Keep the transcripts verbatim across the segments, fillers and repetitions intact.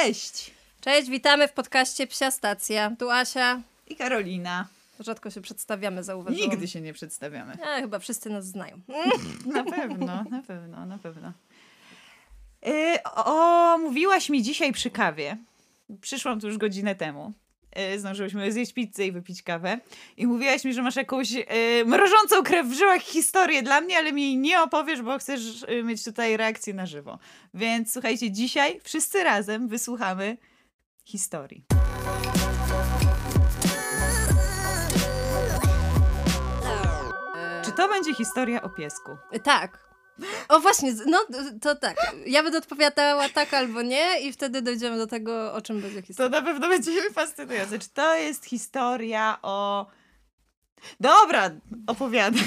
Cześć! Cześć, witamy w podcaście Psia Stacja. Tu Asia I Karolina. Rzadko się przedstawiamy, zauważyłam. Nigdy się nie przedstawiamy. A, chyba wszyscy nas znają. Na pewno, na pewno, na pewno. Yy, o, mówiłaś mi dzisiaj przy kawie. Przyszłam tu już godzinę temu. Yy, zdążyłyśmy zjeść pizzę i wypić kawę. I mówiłaś mi, że masz jakąś yy, mrożącą krew w żyłach historię dla mnie, ale mi jej nie opowiesz, bo chcesz yy, mieć tutaj reakcję na żywo. Więc słuchajcie, dzisiaj wszyscy razem wysłuchamy historii. Czy to będzie historia o piesku? Tak. O właśnie, no to tak. Ja będę odpowiadała tak albo nie i wtedy dojdziemy do tego, o czym będzie historia. To na pewno będzie fascynujące. Czy to jest historia o... Dobra, opowiadaj.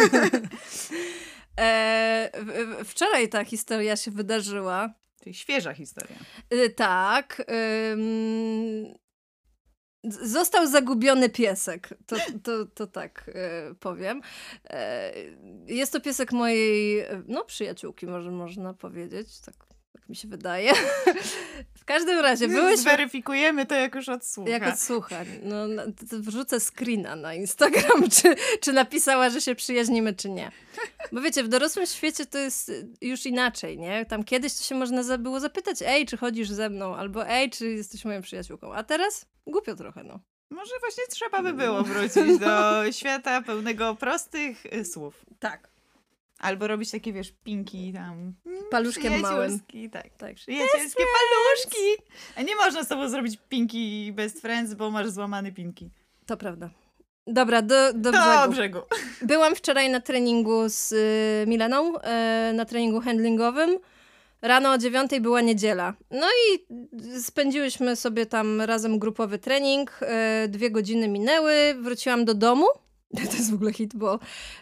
e, wczoraj ta historia się wydarzyła. Czyli świeża historia. E, tak. Ym... Został zagubiony piesek, to, to, to tak e, powiem. E, jest to piesek mojej, no przyjaciółki, może można powiedzieć, tak, tak mi się wydaje. W każdym razie byłyśmy... Zweryfikujemy to jak już odsłucha. Jak odsłucha. No, wrzucę screena na Instagram, czy, czy napisała, że się przyjaźnimy, czy nie. Bo wiecie, w dorosłym świecie to jest już inaczej, nie? Tam kiedyś to się można było zapytać, ej, czy chodzisz ze mną? Albo ej, czy jesteś moją przyjaciółką? A teraz głupio trochę, no. Może właśnie trzeba by było wrócić do świata pełnego prostych y, słów. Tak. Albo robić takie, wiesz, pinki tam. Paluszkiem małym. Tak, tak. Przyjacielskie paluszki. A nie można z tobą zrobić pinki best friends, bo masz złamane pinki. To prawda. Dobra, do, do brzegu. Do brzegu. Byłam wczoraj na treningu z y, Mileną, y, na treningu handlingowym. Rano o dziewiątej była niedziela. No i spędziłyśmy sobie tam razem grupowy trening. Y, dwie godziny minęły. Wróciłam do domu. To jest w ogóle hit, bo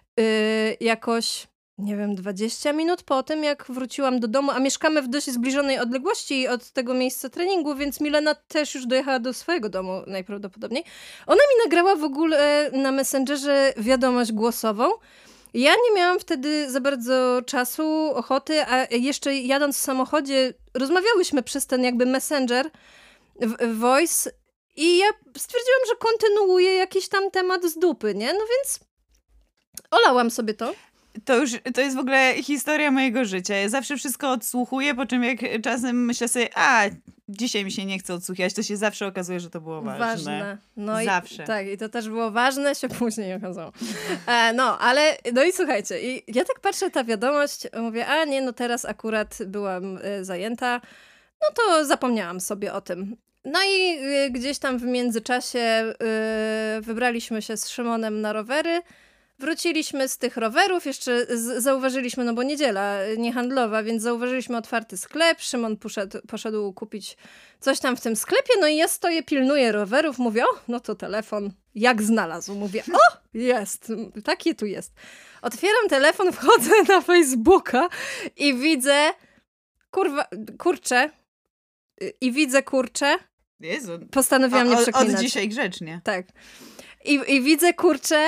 y, jakoś, nie wiem, dwadzieścia minut po tym, jak wróciłam do domu, a mieszkamy w dość zbliżonej odległości od tego miejsca treningu, więc Milena też już dojechała do swojego domu najprawdopodobniej. Ona mi nagrała w ogóle na Messengerze wiadomość głosową. Ja nie miałam wtedy za bardzo czasu, ochoty, a jeszcze jadąc w samochodzie rozmawiałyśmy przez ten jakby Messenger, voice i ja stwierdziłam, że kontynuuję jakiś tam temat z dupy, nie? No więc olałam sobie to. To już, to jest w ogóle historia mojego życia. Ja zawsze wszystko odsłuchuję, po czym jak czasem myślę sobie, a dzisiaj mi się nie chce odsłuchiwać, to się zawsze okazuje, że to było ważne. Ważne. No zawsze. I, tak, i to też było ważne, się później okazało. E, no, ale, no i słuchajcie, i ja tak patrzę ta wiadomość, mówię, a nie, no teraz akurat byłam y, zajęta, no to zapomniałam sobie o tym. No i y, gdzieś tam w międzyczasie y, wybraliśmy się z Szymonem na rowery. Wróciliśmy z tych rowerów, jeszcze z- zauważyliśmy, no bo niedziela, niehandlowa, więc zauważyliśmy otwarty sklep. Szymon poszedł, poszedł kupić coś tam w tym sklepie, no i ja stoję, pilnuję rowerów, mówię, o, no to telefon, jak znalazł. Mówię, o, jest, taki tu jest. Otwieram telefon, wchodzę na Facebooka i widzę, kurwa, kurczę, i widzę, kurczę, Jezu. Postanowiłam nie przeklinać. Od dzisiaj grzecznie. Tak. I, i widzę, kurczę,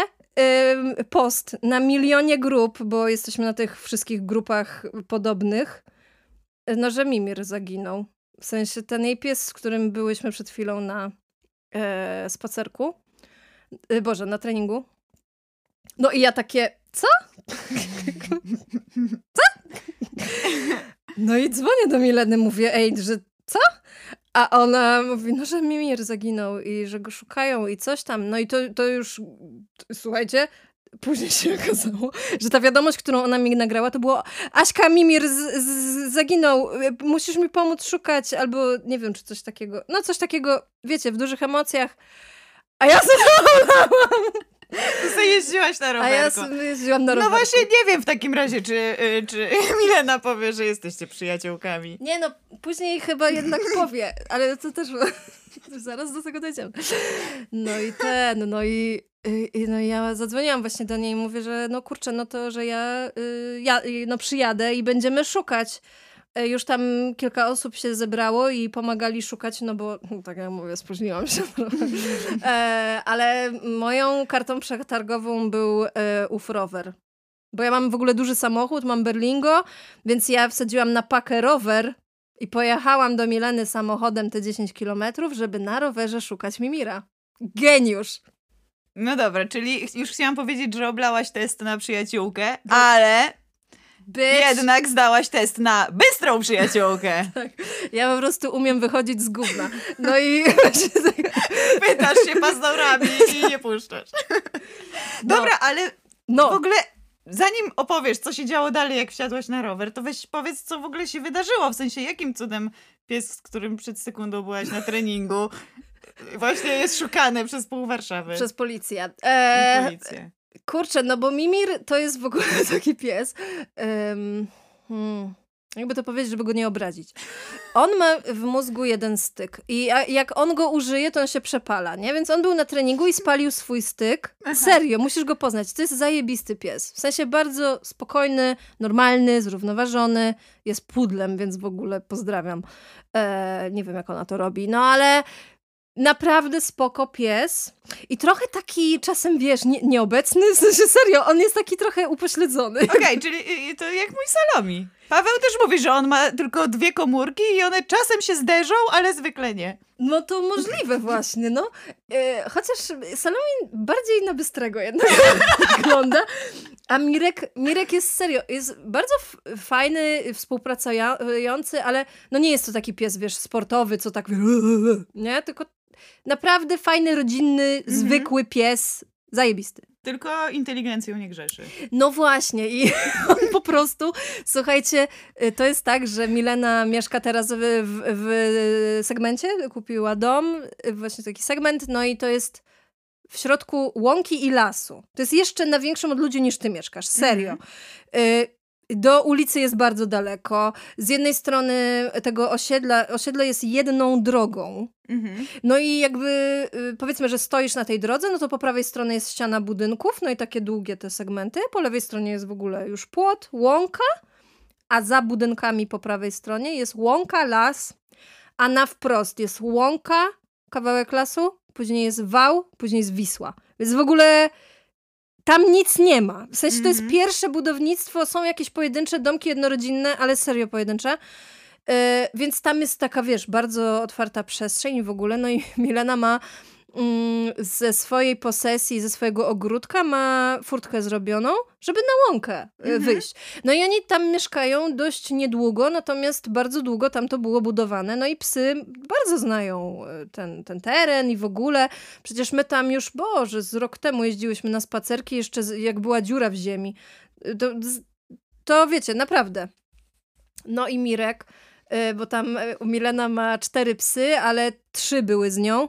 post na milionie grup, bo jesteśmy na tych wszystkich grupach podobnych, no, że Mimir zaginął. W sensie ten jej pies, z którym byłyśmy przed chwilą na e, spacerku. E, Boże, na treningu. No i ja takie, co? Co? No i dzwonię do Mileny, mówię, ej, że co? A ona mówi, no, że Mimir zaginął i że go szukają i coś tam. No i to, to już, słuchajcie, później się okazało, że ta wiadomość, którą ona mi nagrała, to było Aśka, Mimir z, z, zaginął, musisz mi pomóc szukać, albo nie wiem, czy coś takiego. No coś takiego, wiecie, w dużych emocjach. A ja zadowolałam. Ty sobie jeździłaś na rowerku. A ja sobie jeździłam na rowerku. No właśnie nie wiem w takim razie, czy, czy Milena powie, że jesteście przyjaciółkami. Nie no, później chyba jednak powie, ale to też zaraz do tego dojdziemy. No i ten, no i, i no ja zadzwoniłam właśnie do niej i mówię, że no kurczę, no to, że ja, ja no przyjadę i będziemy szukać. Już tam kilka osób się zebrało i pomagali szukać, no bo, tak jak mówię, spóźniłam się trochę. E, ale moją kartą przetargową był e, ów rower. Bo ja mam w ogóle duży samochód, mam Berlingo, więc ja wsadziłam na pakę rower I pojechałam do Mileny samochodem te dziesięć kilometrów, żeby na rowerze szukać Mimira. Geniusz! No dobra, czyli już chciałam powiedzieć, że oblałaś test na przyjaciółkę, Do... ale Bitch. jednak zdałaś test na bystrą przyjaciółkę. Tak. Ja po prostu umiem wychodzić z gówna. No i... Pytasz się paznokciami i nie puszczasz. Dobra, no. ale no. w ogóle... Zanim opowiesz, co się działo dalej, jak wsiadłaś na rower, to weź powiedz, co w ogóle się wydarzyło. W sensie, jakim cudem pies, z którym przed sekundą byłaś na treningu, właśnie jest szukany przez pół Warszawy. Przez policję. Eee, policję. Kurczę, no bo Mimir to jest w ogóle taki pies. Um, hmm. Jakby to powiedzieć, żeby go nie obrazić. On ma w mózgu jeden styk i jak on go użyje, to on się przepala, nie? Więc on był na treningu i spalił swój styk. Serio, musisz go poznać. To jest zajebisty pies. W sensie bardzo spokojny, normalny, zrównoważony. Jest pudlem, więc w ogóle pozdrawiam. Eee, nie wiem, jak ona to robi. No ale... Naprawdę spoko pies i trochę taki czasem, wiesz, nie, nieobecny, w sensie serio, on jest taki trochę upośledzony. Okej, okay, czyli to jak mój Salomi. Paweł też mówi, że on ma tylko dwie komórki i one czasem się zderzą, ale zwykle nie. No to możliwe właśnie, no. E, chociaż Salomi bardziej na bystrego jednak wygląda, a Mirek, Mirek jest serio, jest bardzo f- fajny, współpracujący, ale no nie jest to taki pies, wiesz, sportowy, co tak nie, tylko naprawdę fajny, rodzinny, mhm. zwykły pies, zajebisty. Tylko inteligencją nie grzeszy. No właśnie i on po prostu, słuchajcie, to jest tak, że Milena mieszka teraz w, w, w segmencie, kupiła dom, właśnie taki segment, no i to jest w środku łąki i lasu. To jest jeszcze na większym odludziu niż ty mieszkasz, serio. Mhm. Y- Do ulicy jest bardzo daleko. Z jednej strony tego osiedla, osiedle jest jedną drogą. Mhm. No i jakby powiedzmy, że stoisz na tej drodze, no to po prawej stronie jest ściana budynków, no i takie długie te segmenty. Po lewej stronie jest w ogóle już płot, łąka, a za budynkami po prawej stronie jest łąka, las, a na wprost jest łąka, kawałek lasu, później jest wał, później jest Wisła. Więc w ogóle... Tam nic nie ma. W sensie to jest mm-hmm. pierwsze budownictwo, są jakieś pojedyncze domki jednorodzinne, ale serio pojedyncze. Yy, więc tam jest taka, wiesz, bardzo otwarta przestrzeń w ogóle. No i Milena ma mm, ze swojej posesji, ze swojego ogródka ma furtkę zrobioną, żeby na łąkę mm-hmm. wyjść. No i oni tam mieszkają dość niedługo, natomiast bardzo długo tam to było budowane. No i psy bardzo znają ten, ten teren i w ogóle. Przecież my tam już, Boże, z rok temu jeździłyśmy na spacerki, jeszcze jak była dziura w ziemi. To, to wiecie, naprawdę. No i Mirek, bo tam Milena ma cztery psy, ale trzy były z nią.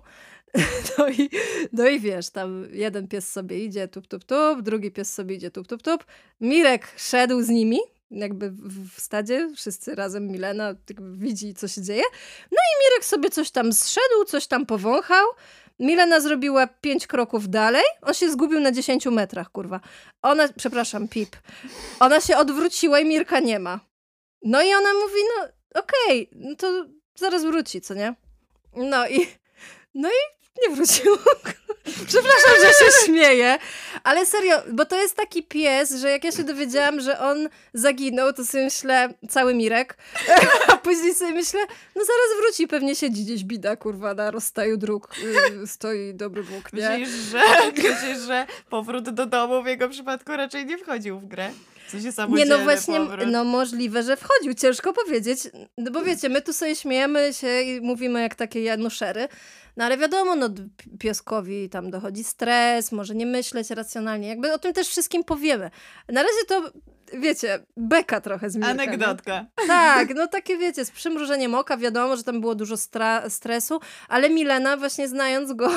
No i, no i wiesz, tam jeden pies sobie idzie tup, tup, tup, drugi pies sobie idzie tup, tup, tup. Mirek szedł z nimi, jakby w, w stadzie, wszyscy razem, Milena widzi, co się dzieje. No i Mirek sobie coś tam zszedł, coś tam powąchał. Milena zrobiła pięć kroków dalej, on się zgubił na dziesięciu metrach, kurwa. Ona, przepraszam, Pip, ona się odwróciła i Mirka nie ma. No i ona mówi, no okej, okay, no to zaraz wróci, co nie? No i no i nie wrócił. Przepraszam, że się śmieję, ale serio, bo to jest taki pies, że jak ja się dowiedziałam, że on zaginął, to sobie myślę, cały Mirek, a później sobie myślę, no zaraz wróci, pewnie siedzi gdzieś bida, kurwa, na rozstaju dróg, yy, stoi dobry Bóg, nie? Myślisz, że, myślisz, że powrót do domu w jego przypadku raczej nie wchodził w grę? Co się nie, no właśnie, powrót. No możliwe, że wchodził, ciężko powiedzieć, no bo wiecie, my tu sobie śmiejemy się i mówimy jak takie januszery, no ale wiadomo, no pieskowi tam dochodzi stres, może nie myśleć racjonalnie, jakby o tym też wszystkim powiemy. Na razie to, wiecie, beka trochę z Mirka. Anegdotka. No? Tak, no takie wiecie, z przymrużeniem oka, wiadomo, że tam było dużo stra- stresu, ale Milena właśnie znając go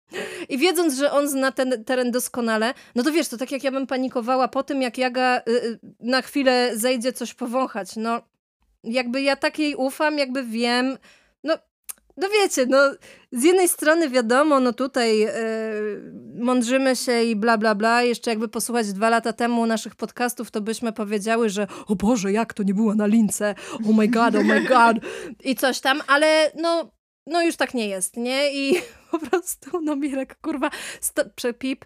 i wiedząc, że on zna ten teren doskonale, no to wiesz, to tak jak ja bym panikowała po tym, jak Jaga y, na chwilę zejdzie coś powąchać, no jakby ja tak jej ufam, jakby wiem, no No wiecie, no z jednej strony wiadomo, no tutaj yy, mądrzymy się i bla bla bla, jeszcze jakby posłuchać dwa lata temu naszych podcastów, to byśmy powiedziały, że o Boże, jak to nie była na lince, oh my god, oh my god i coś tam, ale no, no już tak nie jest, nie? I po prostu, no Mirek, kurwa, sto, przepip,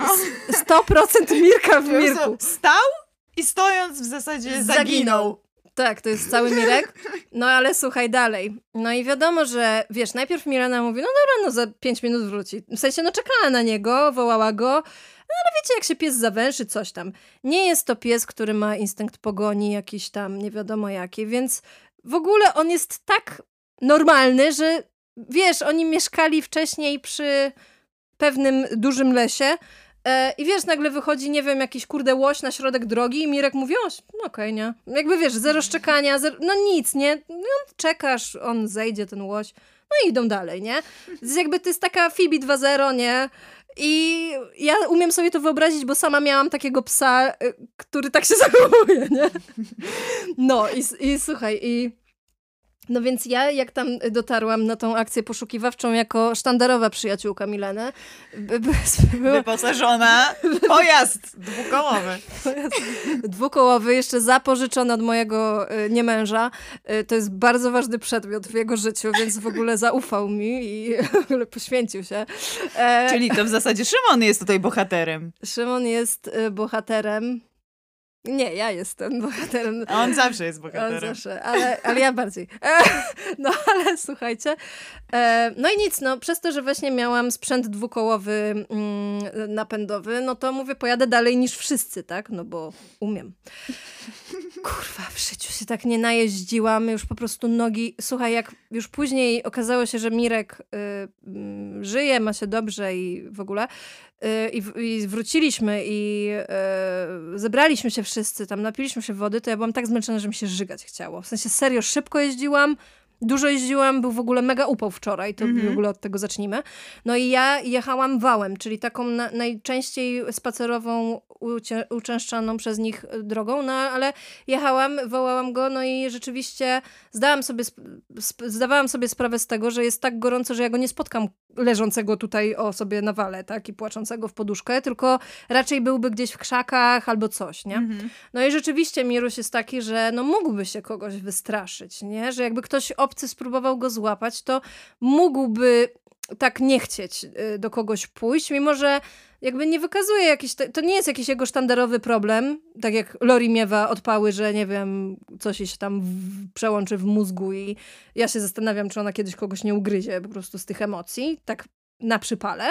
sto procent Mirka w Mirku. Stał i stojąc w zasadzie zaginął. Tak, to jest cały Mirek. No ale słuchaj dalej. No i wiadomo, że wiesz, najpierw Milena mówi, no dobra, no za pięć minut wróci. W sensie, no czekała na niego, wołała go, no ale wiecie, jak się pies zawęszy, coś tam. Nie jest to pies, który ma instynkt pogoni, jakiś tam, nie wiadomo jaki, więc w ogóle on jest tak normalny, że wiesz, oni mieszkali wcześniej przy pewnym dużym lesie, i wiesz, nagle wychodzi, nie wiem, jakiś kurde łoś na środek drogi i Mirek mówi, o, no okej, okay, nie? Jakby wiesz, zero szczekania, zero, no nic, nie? No, czekasz, on zejdzie, ten łoś, no i idą dalej, nie? Więc jakby to jest taka Phoebe dwa zero, nie? I ja umiem sobie to wyobrazić, bo sama miałam takiego psa, który tak się zachowuje, nie? No i, i słuchaj, i... No więc ja, jak tam dotarłam na tą akcję poszukiwawczą jako sztandarowa przyjaciółka Mileny, by, by, była... wyposażona pojazd dwukołowy. Pojazd dwukołowy, jeszcze zapożyczony od mojego y, niemęża. Y, to jest bardzo ważny przedmiot w jego życiu, więc w ogóle zaufał mi i w ogóle poświęcił się. E... Czyli to w zasadzie Szymon jest tutaj bohaterem. Szymon jest y, bohaterem. Nie, ja jestem bohaterem. A on zawsze jest bohaterem. On zawsze, ale, ale ja bardziej. E, no ale słuchajcie. E, no i nic, no przez to, że właśnie miałam sprzęt dwukołowy mm, napędowy, no to mówię, pojadę dalej niż wszyscy, tak? No bo umiem. Kurwa, w życiu się tak nie najeździłam, już po prostu nogi... Słuchaj, jak już później okazało się, że Mirek y, y, żyje, ma się dobrze i w ogóle... I, i wróciliśmy i e, zebraliśmy się wszyscy, tam napiliśmy się wody, to ja byłam tak zmęczona, że mi się żygać chciało. W sensie serio, szybko jeździłam, dużo jeździłam, był w ogóle mega upał wczoraj, to mm-hmm. w ogóle od tego zacznijmy. No i ja jechałam wałem, czyli taką na, najczęściej spacerową, ucie, uczęszczaną przez nich drogą, no ale jechałam, wołałam go, no i rzeczywiście zdałam sobie, sp- zdawałam sobie sprawę z tego, że jest tak gorąco, że ja go nie spotkam leżącego tutaj o sobie na wale, tak, i płaczącego w poduszkę, tylko raczej byłby gdzieś w krzakach albo coś, nie? Mm-hmm. No i rzeczywiście Miruś jest taki, że no mógłby się kogoś wystraszyć, nie? Że jakby ktoś obcy spróbował go złapać, to mógłby tak nie chcieć do kogoś pójść, mimo że jakby nie wykazuje jakiś, to nie jest jakiś jego sztandarowy problem, tak jak Lori miewa odpały, że nie wiem, coś się tam w, przełączy w mózgu i ja się zastanawiam, czy ona kiedyś kogoś nie ugryzie po prostu z tych emocji, tak na przypale.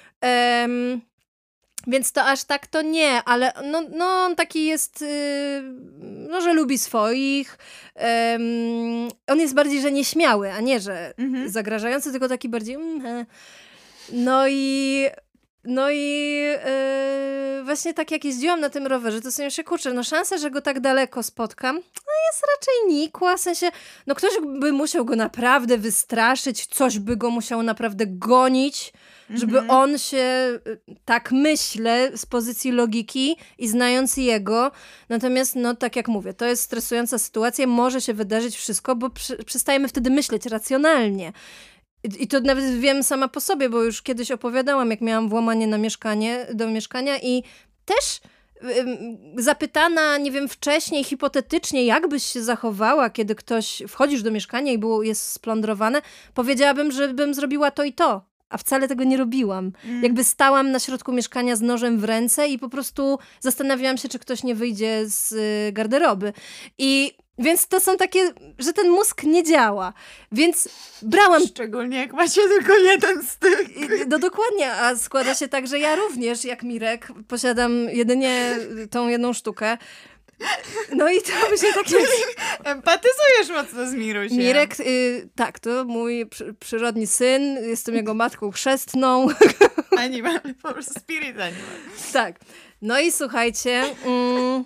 Um, Więc to aż tak to nie, ale no, no on taki jest, yy, no, że lubi swoich. Um, on jest bardziej, że nieśmiały, a nie, że mm-hmm. zagrażający, tylko taki bardziej... Mm, no i... No i yy, właśnie tak jak jeździłam na tym rowerze, to sobie myślę, kurczę, no szansa, że go tak daleko spotkam, no jest raczej nikła, w sensie, no ktoś by musiał go naprawdę wystraszyć, coś by go musiało naprawdę gonić, żeby mm-hmm. on się, tak myślę, z pozycji logiki i znając jego, natomiast no tak jak mówię, to jest stresująca sytuacja, może się wydarzyć wszystko, bo przy, przestajemy wtedy myśleć racjonalnie. I to nawet wiem sama po sobie, bo już kiedyś opowiadałam, jak miałam włamanie na mieszkanie, do mieszkania i też y, zapytana, nie wiem, wcześniej, hipotetycznie, jak byś się zachowała, kiedy ktoś, wchodzisz do mieszkania i było, jest splądrowane, powiedziałabym, że bym zrobiła to i to. A wcale tego nie robiłam. Mm. Jakby stałam na środku mieszkania z nożem w ręce i po prostu zastanawiałam się, czy ktoś nie wyjdzie z y, garderoby. I więc to są takie, że ten mózg nie działa. Więc brałam... Szczególnie jak macie tylko jeden z tych. No dokładnie, a składa się tak, że ja również, jak Mirek, posiadam jedynie tą jedną sztukę. No i to będzie takie... Empatyzujesz mocno z Mirusiem. Mirek, y, tak, to mój przy, przyrodni syn, jestem jego matką chrzestną. Animal, po prostu spirit animal. Tak, no i słuchajcie... Mm,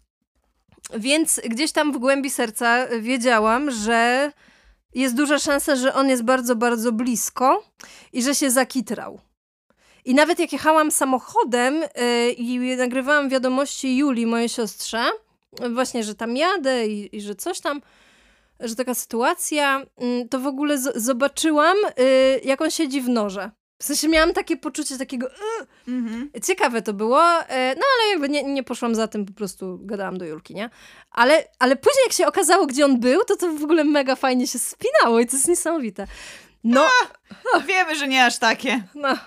Więc gdzieś tam w głębi serca wiedziałam, że jest duża szansa, że on jest bardzo, bardzo blisko i że się zakitrał. I nawet jak jechałam samochodem yy, i nagrywałam wiadomości Julii, mojej siostrze, właśnie, że tam jadę i, i że coś tam, że taka sytuacja, yy, to w ogóle z- zobaczyłam, yy, jak on siedzi w norze. W sensie miałam takie poczucie takiego... Yy. Mm-hmm. Ciekawe to było, no ale jakby nie, nie poszłam za tym, po prostu gadałam do Julki, nie? Ale, ale później jak się okazało, gdzie on był, to to w ogóle mega fajnie się spinało i to jest niesamowite. No. A, wiemy, że nie aż takie. No.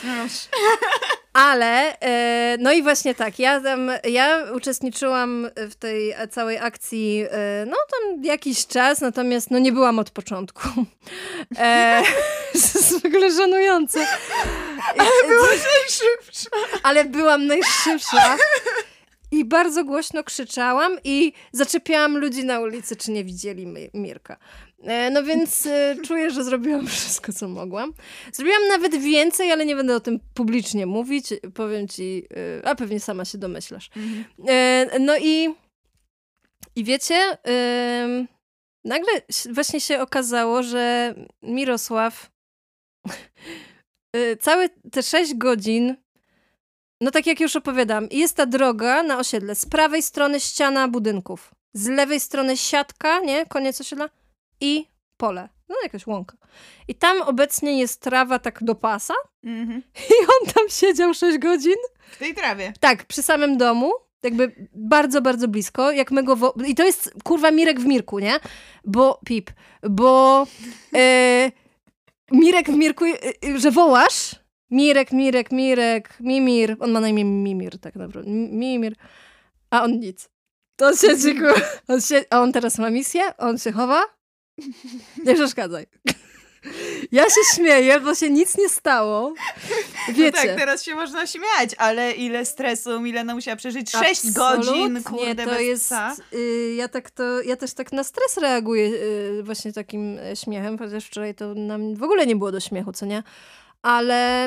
Ale, e, no i właśnie tak, ja tam, ja uczestniczyłam w tej całej akcji, e, no tam jakiś czas, natomiast no nie byłam od początku. E, to jest w ogóle żenujące. Ale byłaś najszybsza. Ale byłam najszybsza. I bardzo głośno krzyczałam i zaczepiałam ludzi na ulicy, czy nie widzieli Mi- Mirka. E, no więc e, czuję, że zrobiłam wszystko, co mogłam. Zrobiłam nawet więcej, ale nie będę o tym publicznie mówić. Powiem ci, e, a pewnie sama się domyślasz. Mhm. E, no i, i wiecie, e, nagle właśnie się okazało, że Mirosław e, całe te sześć godzin. No tak jak już opowiadam, jest ta droga na osiedle. Z prawej strony ściana budynków. Z lewej strony siatka, nie? Koniec osiedla. I pole. No jakaś łąka. I tam obecnie jest trawa tak do pasa. Mm-hmm. I on tam siedział sześć godzin. W tej trawie. Tak, przy samym domu. Jakby bardzo, bardzo blisko. Jak my go wo- I to jest kurwa Mirek w Mirku, nie? Bo, pip, bo e, Mirek w Mirku, e, że wołasz... Mirek, Mirek, Mirek, Mimir. On ma na imię Mimir, tak naprawdę. Mimir. A on nic. To on siedzi, on się, a on teraz ma misję, on się chowa. Nie przeszkadzaj. Ja się śmieję, bo się nic nie stało. Wiecie. No tak, teraz się można śmiać, ale ile stresu Milena musiała przeżyć? sześć godzin, kurde, to bez jest, psa. Y, ja, tak to, ja też tak na stres reaguję y, właśnie takim śmiechem, chociaż wczoraj to nam w ogóle nie było do śmiechu, co nie? Ale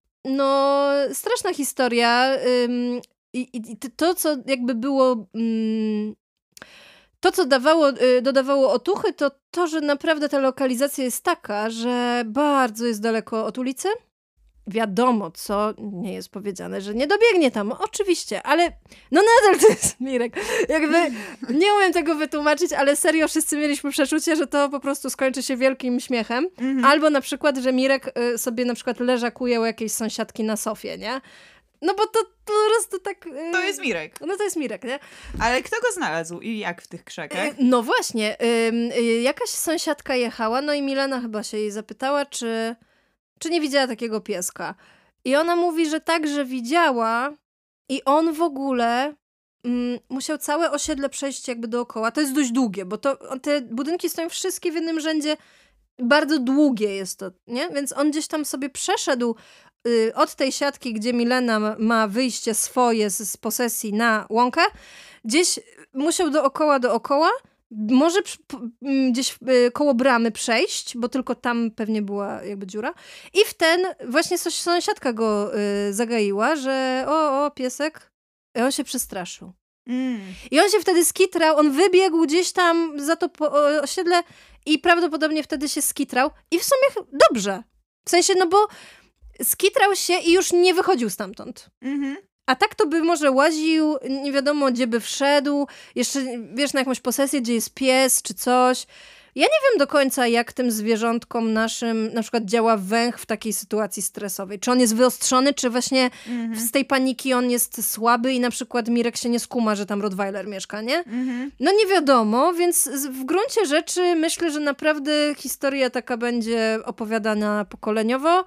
no straszna historia ym, i, i to, co jakby było ym, to, co dawało, y, dodawało otuchy, to to, że naprawdę ta lokalizacja jest taka, że bardzo jest daleko od ulicy. Wiadomo, co nie jest powiedziane, że nie dobiegnie tam, oczywiście, ale no nadal to jest Mirek. Jakby nie umiem tego wytłumaczyć, ale serio wszyscy mieliśmy przeczucie, że to po prostu skończy się wielkim śmiechem. Mm-hmm. Albo na przykład, że Mirek y, sobie na przykład leżakuje u jakiejś sąsiadki na sofie, nie? No bo to, to po prostu tak... Y, to jest Mirek. No to jest Mirek, nie? Ale kto go znalazł i jak w tych krzakach? Y, no właśnie, y, y, jakaś sąsiadka jechała, no i Milena chyba się jej zapytała, czy... czy nie widziała takiego pieska. I ona mówi, że tak, że widziała i on w ogóle mm, musiał całe osiedle przejść jakby dookoła. To jest dość długie, bo to, te budynki stoją wszystkie w jednym rzędzie. Bardzo długie jest to, nie? Więc on gdzieś tam sobie przeszedł y, od tej siatki, gdzie Milena ma, ma wyjście swoje z, z posesji na łąkę. Gdzieś musiał dookoła, dookoła. Może przy, p, gdzieś y, koło bramy przejść, bo tylko tam pewnie była jakby dziura. I w ten właśnie sąsiadka go y, zagaiła, że o, o, piesek. I on się przestraszył. Mm. I on się wtedy skitrał, on wybiegł gdzieś tam za to po, o, osiedle i prawdopodobnie wtedy się skitrał. I w sumie dobrze. W sensie, no bo skitrał się i już nie wychodził stamtąd. Mhm. A tak to by może łaził, nie wiadomo gdzie by wszedł, jeszcze wiesz, na jakąś posesję, gdzie jest pies czy coś. Ja nie wiem do końca, jak tym zwierzątkom naszym na przykład działa węch w takiej sytuacji stresowej. Czy on jest wyostrzony, czy właśnie mm-hmm. z tej paniki on jest słaby i na przykład Mirek się nie skuma, że tam Rottweiler mieszka, nie? Mm-hmm. No nie wiadomo, więc w gruncie rzeczy myślę, że naprawdę historia taka będzie opowiadana pokoleniowo.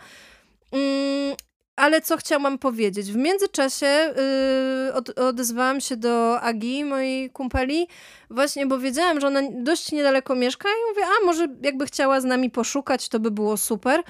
Mm, Ale co chciałam powiedzieć? W międzyczasie yy, od, odezwałam się do Agi, mojej kumpeli, właśnie, bo wiedziałam, że ona dość niedaleko mieszka i mówię, a może jakby chciała z nami poszukać, to by było super.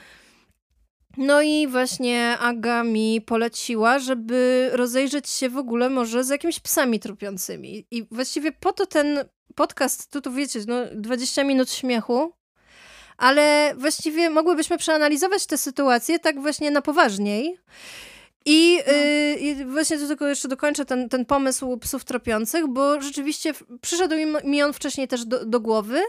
No i właśnie Aga mi poleciła, żeby rozejrzeć się w ogóle może z jakimiś psami tropiącymi. I właściwie po to ten podcast, tu, tu wiecie, no dwadzieścia minut śmiechu, ale właściwie mogłybyśmy przeanalizować tę sytuację tak właśnie na poważniej. I, no. y, i właśnie tu tylko jeszcze dokończę ten, ten pomysł psów tropiących, bo rzeczywiście przyszedł mi on wcześniej też do, do głowy.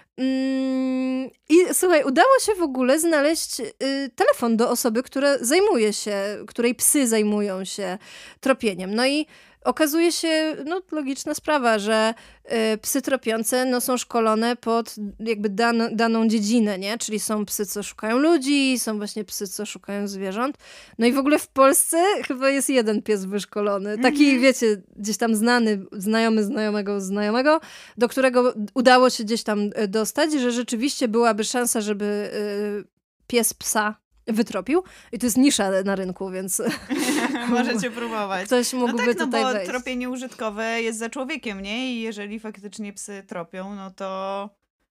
Mm, I słuchaj, udało się w ogóle znaleźć y, telefon do osoby, która zajmuje się, której psy zajmują się tropieniem. No i okazuje się, no logiczna sprawa, że y, psy tropiące no, są szkolone pod jakby dan- daną dziedzinę, nie? Czyli są psy, co szukają ludzi, są właśnie psy, co szukają zwierząt. No i w ogóle w Polsce chyba jest jeden pies wyszkolony. Taki, mm-hmm. wiecie, gdzieś tam znany, znajomy znajomego znajomego, do którego udało się gdzieś tam dostać, że rzeczywiście byłaby szansa, żeby y, pies psa wytropił. I to jest nisza na rynku, więc... Możecie próbować. Ktoś mógłby no tak, no tutaj bo wejść. tropienie użytkowe jest za człowiekiem, nie? I jeżeli faktycznie psy tropią, no to...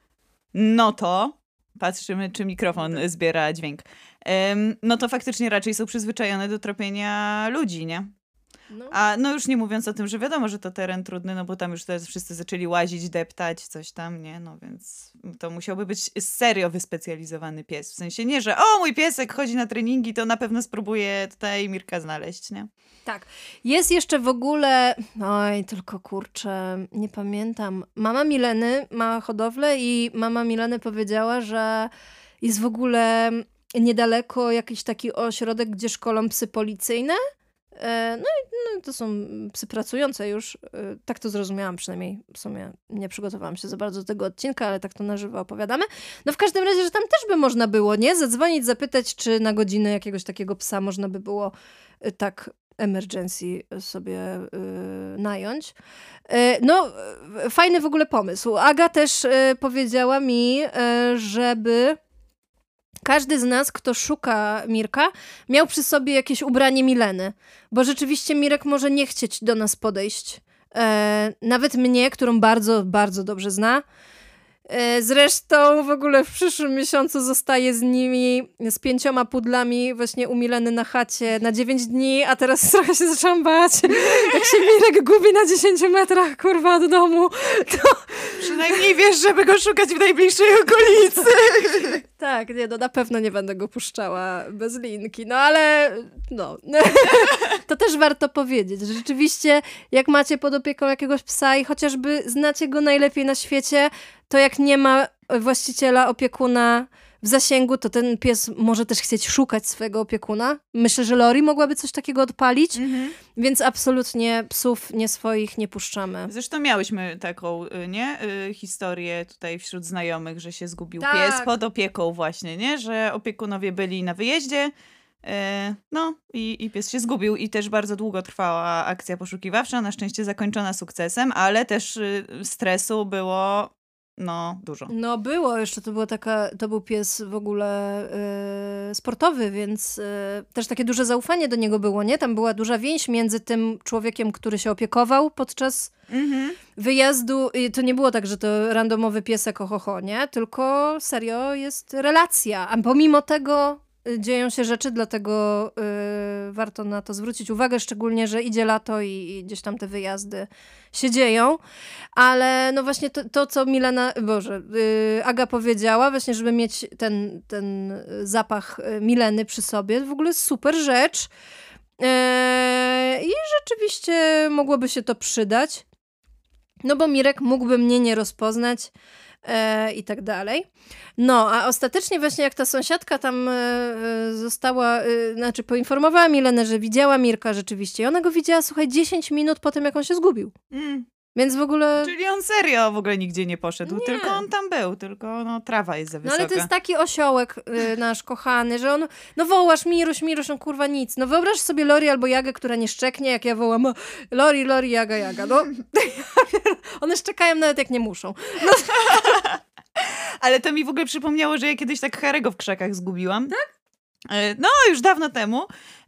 No to... Patrzymy, czy mikrofon zbiera dźwięk. Um, no to faktycznie raczej są przyzwyczajone do tropienia ludzi, nie? No. A no już nie mówiąc o tym, że wiadomo, że to teren trudny, no bo tam już teraz wszyscy zaczęli łazić, deptać, coś tam, nie? No więc to musiałby być serio wyspecjalizowany pies. W sensie nie, że o, mój piesek chodzi na treningi, to na pewno spróbuję tutaj Mirka znaleźć, nie? Tak. Jest jeszcze w ogóle, oj, tylko kurczę, nie pamiętam. Mama Mileny ma hodowlę i mama Mileny powiedziała, że jest w ogóle niedaleko jakiś taki ośrodek, gdzie szkolą psy policyjne. No i no, to są psy pracujące już. Tak to zrozumiałam przynajmniej. W sumie nie przygotowałam się za bardzo do tego odcinka, ale tak to na żywo opowiadamy. No w każdym razie, że tam też by można było, nie? Zadzwonić, zapytać, czy na godzinę jakiegoś takiego psa można by było tak emergency sobie yy, nająć. Yy, no, yy, fajny w ogóle pomysł. Aga też yy, powiedziała mi, yy, żeby... Każdy z nas, kto szuka Mirka, miał przy sobie jakieś ubranie Mileny, bo rzeczywiście Mirek może nie chcieć do nas podejść. E, nawet mnie, którą bardzo, bardzo dobrze zna. E, zresztą w ogóle w przyszłym miesiącu zostaje z nimi, z pięcioma pudlami właśnie u Mileny na chacie na dziewięć dni, a teraz trochę się zaczęłam bać. Jak się Mirek gubi na dziesięciu metrach, kurwa, od domu, to... Przynajmniej wiesz, żeby go szukać w najbliższej okolicy. Tak, nie, no na pewno nie będę go puszczała bez linki, no ale no. To też warto powiedzieć, że rzeczywiście jak macie pod opieką jakiegoś psa i chociażby znacie go najlepiej na świecie, to jak nie ma właściciela, opiekuna w zasięgu, to ten pies może też chcieć szukać swojego opiekuna. Myślę, że Lori mogłaby coś takiego odpalić, mm-hmm. więc absolutnie psów nie swoich nie puszczamy. Zresztą miałyśmy taką, nie, historię tutaj wśród znajomych, że się zgubił tak. pies pod opieką właśnie, nie, że opiekunowie byli na wyjeździe, no i, i pies się zgubił i też bardzo długo trwała akcja poszukiwawcza, na szczęście zakończona sukcesem, ale też stresu było... No, dużo. No było, jeszcze to była taka, to był pies w ogóle yy, sportowy, więc yy, też takie duże zaufanie do niego było, nie? Tam była duża więź między tym człowiekiem, który się opiekował podczas mm-hmm. wyjazdu. I to nie było tak, że to randomowy piesek ohoho, nie? Tylko serio jest relacja, a pomimo tego dzieją się rzeczy, dlatego yy, warto na to zwrócić uwagę, szczególnie, że idzie lato i, i gdzieś tam te wyjazdy się dzieją, ale no właśnie to, to co Milena, Boże, yy, Aga powiedziała, właśnie żeby mieć ten, ten zapach Mileny przy sobie, w ogóle super rzecz yy, i rzeczywiście mogłoby się to przydać, no bo Mirek mógłby mnie nie rozpoznać, E, i tak dalej. No, a ostatecznie właśnie jak ta sąsiadka tam e, została, e, znaczy poinformowała Milenę, że widziała Mirka rzeczywiście i ona go widziała, słuchaj, dziesięć minut po tym, jak on się zgubił. Mm. Więc w ogóle... Czyli on serio w ogóle nigdzie nie poszedł, nie. Tylko on tam był, tylko no trawa jest za wysoka. No ale to jest taki osiołek y, nasz kochany, że on, no wołasz Miruś, Miruś, on kurwa nic. No wyobraź sobie Lori albo Jagę, która nie szczeknie, jak ja wołam Lori, Lori, Jaga, Jaga. No one szczekają nawet jak nie muszą. No. Ale to mi w ogóle przypomniało, że ja kiedyś tak Harego w krzakach zgubiłam. Tak? No, już dawno temu.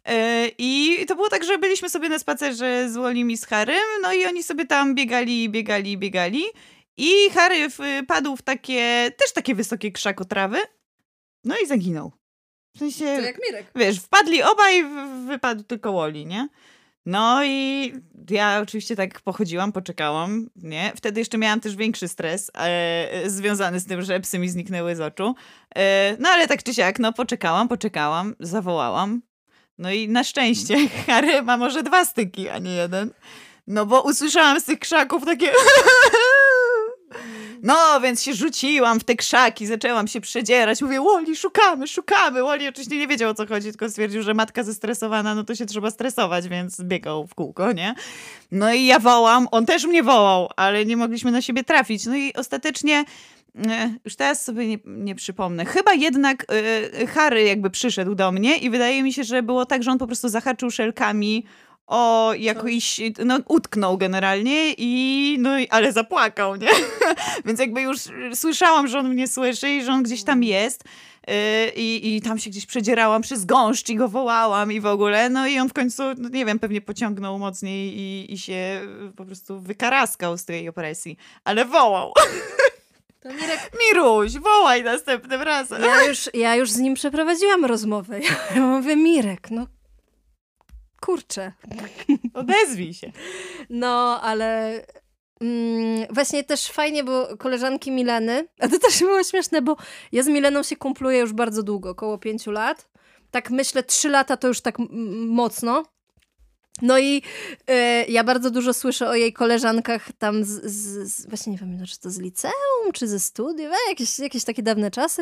I to było tak, że byliśmy sobie na spacerze z Wolim i z Harrym, no i oni sobie tam biegali, biegali, biegali i Harry wpadł w takie, też takie wysokie krzakotrawy, no i zaginął. W sensie, to jak Mirek. Wiesz, wpadli obaj, wypadł tylko Woli, nie? No i ja oczywiście tak pochodziłam, poczekałam, nie? Wtedy jeszcze miałam też większy stres e, związany z tym, że psy mi zniknęły z oczu. E, no ale tak czy siak, no poczekałam, poczekałam, zawołałam. No i na szczęście Harry ma może dwa styki, a nie jeden. No bo usłyszałam z tych krzaków takie... No, więc się rzuciłam w te krzaki, zaczęłam się przedzierać. Mówię, Wally, szukamy, szukamy. Wally oczywiście nie wiedział, o co chodzi, tylko stwierdził, że matka zestresowana, no to się trzeba stresować, więc biegał w kółko, nie? No i ja wołam, on też mnie wołał, ale nie mogliśmy na siebie trafić. No i ostatecznie, już teraz sobie nie, nie przypomnę, chyba jednak y, Harry jakby przyszedł do mnie i wydaje mi się, że było tak, że on po prostu zahaczył szelkami o jakiś, no utknął generalnie i no ale zapłakał, nie? Więc jakby już słyszałam, że on mnie słyszy i że on gdzieś tam jest yy, i, i tam się gdzieś przedzierałam przez gąszcz i go wołałam i w ogóle, no i on w końcu, no nie wiem, pewnie pociągnął mocniej i, i się po prostu wykaraskał z tej opresji, ale wołał. To Mirek... Miruś, wołaj następnym razem. Ja już, ja już z nim przeprowadziłam rozmowę. Ja mówię, Mirek, no kurczę. Odezwij się. No, ale mm, właśnie też fajnie, bo koleżanki Mileny, a to też było śmieszne, bo ja z Mileną się kumpluję już bardzo długo, około pięciu lat. Tak myślę, trzy lata to już tak m- mocno. No i y, ja bardzo dużo słyszę o jej koleżankach tam z, z, z właśnie nie wiem, czy to z liceum, czy ze studiów, e, jakieś, jakieś takie dawne czasy.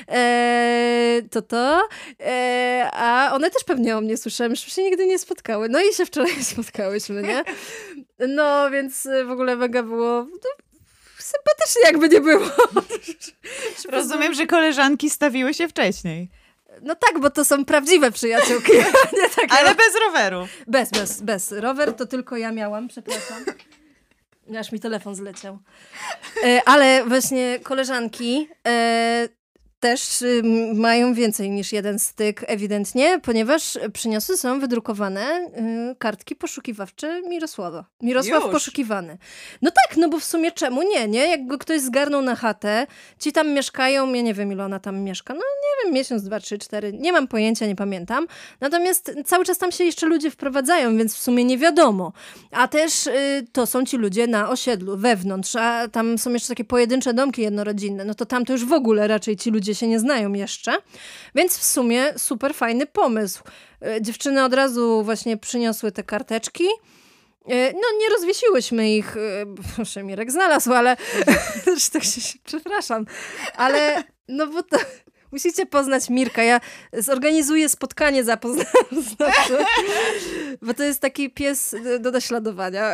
E, to to. E, a one też pewnie o mnie słyszałem, że się nigdy nie spotkały. No i się wczoraj spotkałyśmy, nie? No, więc w ogóle mega było... No, sympatycznie jakby nie było. Rozumiem, że koleżanki stawiły się wcześniej. No tak, bo to są prawdziwe przyjaciółki. Nie takie... Ale bez roweru. Bez, bez, bez. Rower to tylko ja miałam, przepraszam. Aż mi telefon zleciał. E, ale właśnie koleżanki e, też y, mają więcej niż jeden styk ewidentnie, ponieważ przyniosły są wydrukowane y, kartki poszukiwawcze Mirosława. Mirosław Już. poszukiwany. No tak, no bo w sumie czemu nie, nie? Jak go ktoś zgarnął na chatę, ci tam mieszkają, ja nie wiem ile ona tam mieszka, no nie wiem, miesiąc, dwa, trzy, cztery, nie mam pojęcia, nie pamiętam. Natomiast cały czas tam się jeszcze ludzie wprowadzają, więc w sumie nie wiadomo. A też y, to są ci ludzie na osiedlu, wewnątrz, a tam są jeszcze takie pojedyncze domki jednorodzinne, no to tam to już w ogóle raczej ci ludzie się nie znają jeszcze, więc w sumie super fajny pomysł. Dziewczyny od razu właśnie przyniosły te karteczki. No nie rozwiesiłyśmy ich, proszę, Mirek znalazł, ale tak się, przepraszam, ale no bo to musicie poznać Mirka. Ja zorganizuję spotkanie zapoznawcze, bo to jest taki pies do naśladowania.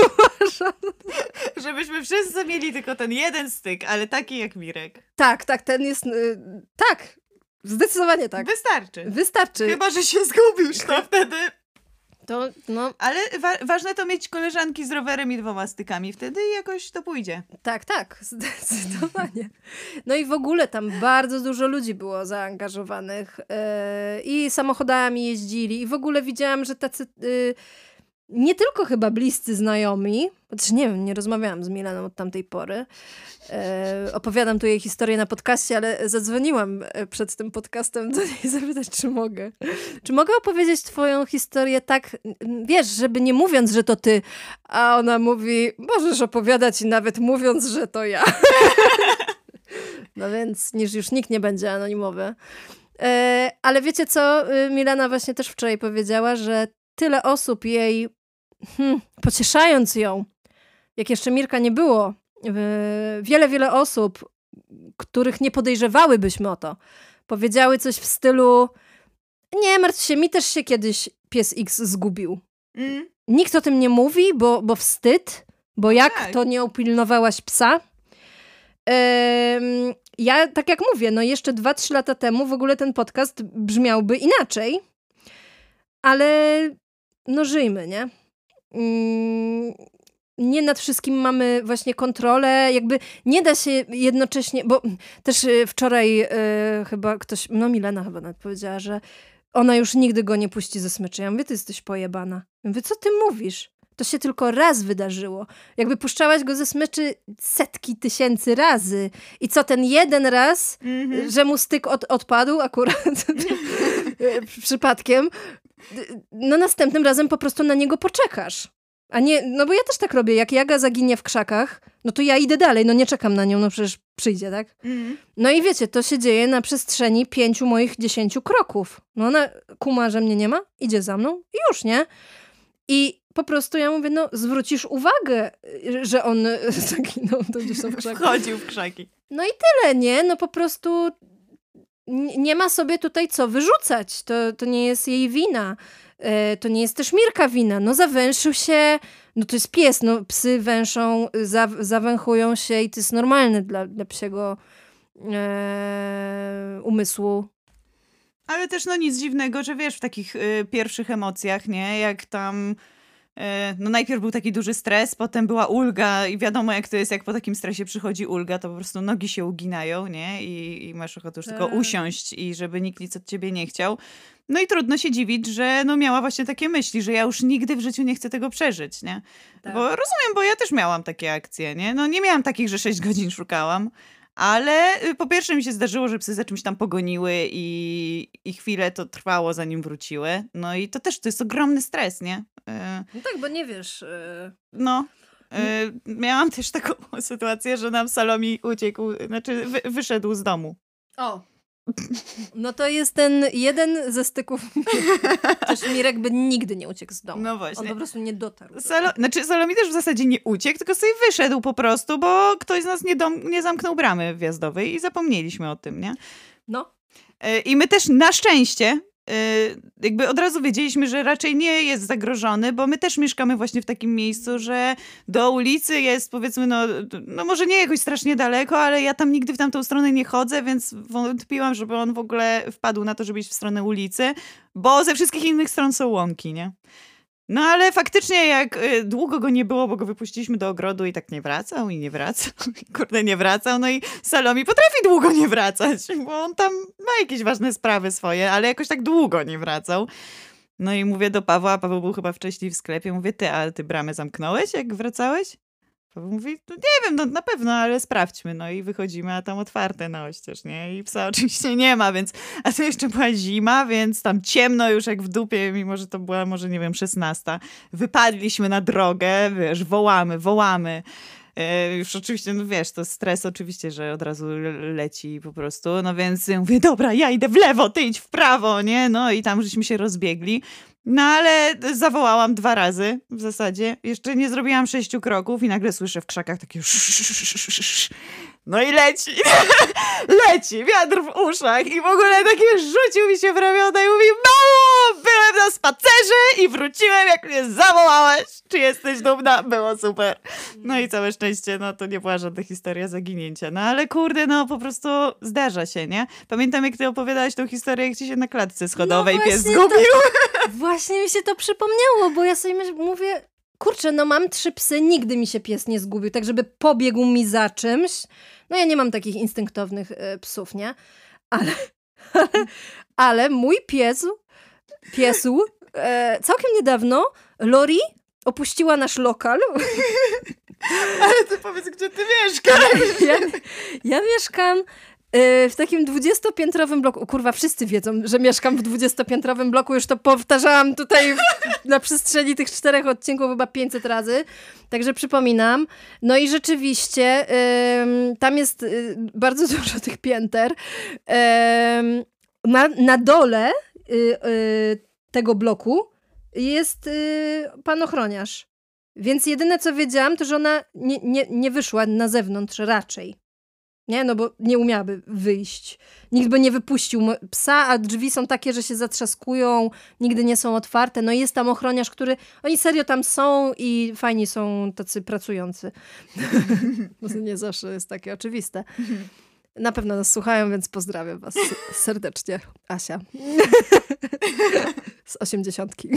Żebyśmy wszyscy mieli tylko ten jeden styk, ale taki jak Mirek. Tak, tak, ten jest... Y, tak, zdecydowanie tak. Wystarczy. Wystarczy. Chyba, że się zgubisz, to wtedy... To, no... Ale wa- ważne to mieć koleżanki z rowerem i dwoma stykami. Wtedy jakoś to pójdzie. Tak, tak, zdecydowanie. No i w ogóle tam bardzo dużo ludzi było zaangażowanych yy, i samochodami jeździli i w ogóle widziałam, że tacy... Yy, nie tylko chyba bliscy znajomi, chociaż nie wiem, nie rozmawiałam z Milaną od tamtej pory. E, opowiadam tu jej historię na podcaście, ale zadzwoniłam przed tym podcastem do niej zapytać, czy mogę. Czy mogę opowiedzieć twoją historię tak, wiesz, żeby nie mówiąc, że to ty, a ona mówi, możesz opowiadać i nawet mówiąc, że to ja. No więc, niż już nikt nie będzie anonimowy. E, ale wiecie co, Milana właśnie też wczoraj powiedziała, że tyle osób jej, hmm, pocieszając ją, jak jeszcze Mirka nie było, wiele, wiele osób, których nie podejrzewałybyśmy o to, powiedziały coś w stylu, nie martw się, mi też się kiedyś pies X zgubił. Mm. Nikt o tym nie mówi, bo, bo wstyd, bo jak tak. To nie upilnowałaś psa? Ym, ja, tak jak mówię, no jeszcze dwa, trzy lata temu w ogóle ten podcast brzmiałby inaczej, ale no żyjmy, nie? Mm, nie nad wszystkim mamy właśnie kontrolę, jakby nie da się jednocześnie, bo też wczoraj y, chyba ktoś, no Milena chyba nawet powiedziała, że ona już nigdy go nie puści ze smyczy. Ja mówię, ty jesteś pojebana. Ja mówię, co ty mówisz? To się tylko raz wydarzyło. Jakby puszczałaś go ze smyczy setki tysięcy razy. I co, ten jeden raz, mm-hmm. że mu styk od, odpadł akurat przypadkiem, no następnym razem po prostu na niego poczekasz. A nie, no bo ja też tak robię. Jak Jaga zaginie w krzakach, no to ja idę dalej, no nie czekam na nią, no przecież przyjdzie, tak? Mm. No i wiecie, to się dzieje na przestrzeni pięciu moich dziesięciu kroków. No ona kuma, że mnie nie ma, idzie za mną i już, nie? I po prostu ja mówię, no zwrócisz uwagę, że on zaginął, to gdzieś tam w krzaki. Wchodził w krzaki. No i tyle, nie? No po prostu nie ma sobie tutaj co wyrzucać. To, to nie jest jej wina. To nie jest też Mirka wina. No zawęszył się, no to jest pies, no psy węszą, za, zawęchują się i to jest normalne dla, dla psiego e, umysłu. Ale też no nic dziwnego, że wiesz, w takich y, pierwszych emocjach, nie? Jak tam, y, no najpierw był taki duży stres, potem była ulga i wiadomo jak to jest, jak po takim stresie przychodzi ulga, to po prostu nogi się uginają, nie? I, i masz ochotę już tylko usiąść i żeby nikt nic od ciebie nie chciał. No i trudno się dziwić, że no miała właśnie takie myśli, że ja już nigdy w życiu nie chcę tego przeżyć, nie? Tak. Bo rozumiem, bo ja też miałam takie akcje, nie? No nie miałam takich, że sześć godzin szukałam. Ale po pierwsze mi się zdarzyło, że psy za czymś tam pogoniły i, i chwilę to trwało, zanim wróciły. No i to też to jest ogromny stres, nie? No tak, bo nie wiesz. Yy... No. Yy, miałam też taką sytuację, że nam Salomi uciekł, znaczy wy, wyszedł z domu. O. No to jest ten jeden ze styków. Też Mirek by nigdy nie uciekł z domu. No właśnie. On po prostu nie dotarł. Salo- znaczy Salomi też w zasadzie nie uciekł, tylko sobie wyszedł po prostu, bo ktoś z nas nie, dom- nie zamknął bramy wjazdowej i zapomnieliśmy o tym, nie? No. Yy, I my też na szczęście jakby od razu wiedzieliśmy, że raczej nie jest zagrożony, bo my też mieszkamy właśnie w takim miejscu, że do ulicy jest powiedzmy, no, no może nie jakoś strasznie daleko, ale ja tam nigdy w tamtą stronę nie chodzę, więc wątpiłam, żeby on w ogóle wpadł na to, żeby iść w stronę ulicy, bo ze wszystkich innych stron są łąki, nie? No ale faktycznie jak y, długo go nie było, bo go wypuściliśmy do ogrodu i tak nie wracał i nie wracał, i kurde nie wracał, no i Salomi potrafi długo nie wracać, bo on tam ma jakieś ważne sprawy swoje, ale jakoś tak długo nie wracał. No i mówię do Pawła, a Paweł był chyba wcześniej w sklepie, mówię, ty, ale ty bramę zamknąłeś, jak wracałeś? Paweł mówi, no nie wiem, no na pewno, ale sprawdźmy. No i wychodzimy, a tam otwarte na oścież, nie? I psa oczywiście nie ma, więc... A to jeszcze była zima, więc tam ciemno już jak w dupie, mimo że to była może, nie wiem, szesnasta. Wypadliśmy na drogę, wiesz, wołamy, wołamy. Yy, już oczywiście, no wiesz, to stres oczywiście, że od razu leci po prostu. No więc mówię, dobra, ja idę w lewo, ty idź w prawo, nie? No i tam żeśmy się rozbiegli. No ale zawołałam dwa razy w zasadzie. Jeszcze nie zrobiłam sześciu kroków i nagle słyszę w krzakach takie no i leci. Leci, wiatr w uszach i w ogóle takie rzucił mi się w ramiona i mówi, mało, byłem na spacerze i wróciłem, jak mnie zawołałaś. Czy jesteś dumna? Było super. No i całe szczęście, no to nie była żadna historia zaginięcia. No ale kurde, no po prostu zdarza się, nie? Pamiętam, jak ty opowiadałaś tą historię, jak ci się na klatce schodowej no pies zgubił. To, właśnie mi się to przypomniało, bo ja sobie mówię, kurczę, no mam trzy psy, nigdy mi się pies nie zgubił, tak żeby pobiegł mi za czymś. No ja nie mam takich instynktownych y, psów, nie? Ale, ale, ale mój pies, piesu, e, całkiem niedawno Lori opuściła nasz lokal. Ale ty powiedz, gdzie ty mieszkasz? Ja, ja mieszkam w takim dwudziestopiętrowym bloku. Kurwa, wszyscy wiedzą, że mieszkam w dwudziestopiętrowym bloku. Już to powtarzałam tutaj na przestrzeni tych czterech odcinków chyba pięćset razy. Także przypominam. No i rzeczywiście ym, tam jest y, bardzo dużo tych pięter. Ym, na, na dole y, y, tego bloku jest y, pan ochroniarz. Więc jedyne, co wiedziałam, to, że ona nie, nie, nie wyszła na zewnątrz raczej. Nie, no bo nie umiałaby wyjść. Nikt by nie wypuścił psa, a drzwi są takie, że się zatrzaskują, nigdy nie są otwarte. No i jest tam ochroniarz, który... Oni serio tam są i fajni są tacy pracujący. Nie zawsze jest takie oczywiste. Na pewno nas słuchają, więc pozdrawiam was serdecznie. Asia. Z osiemdziesiątki.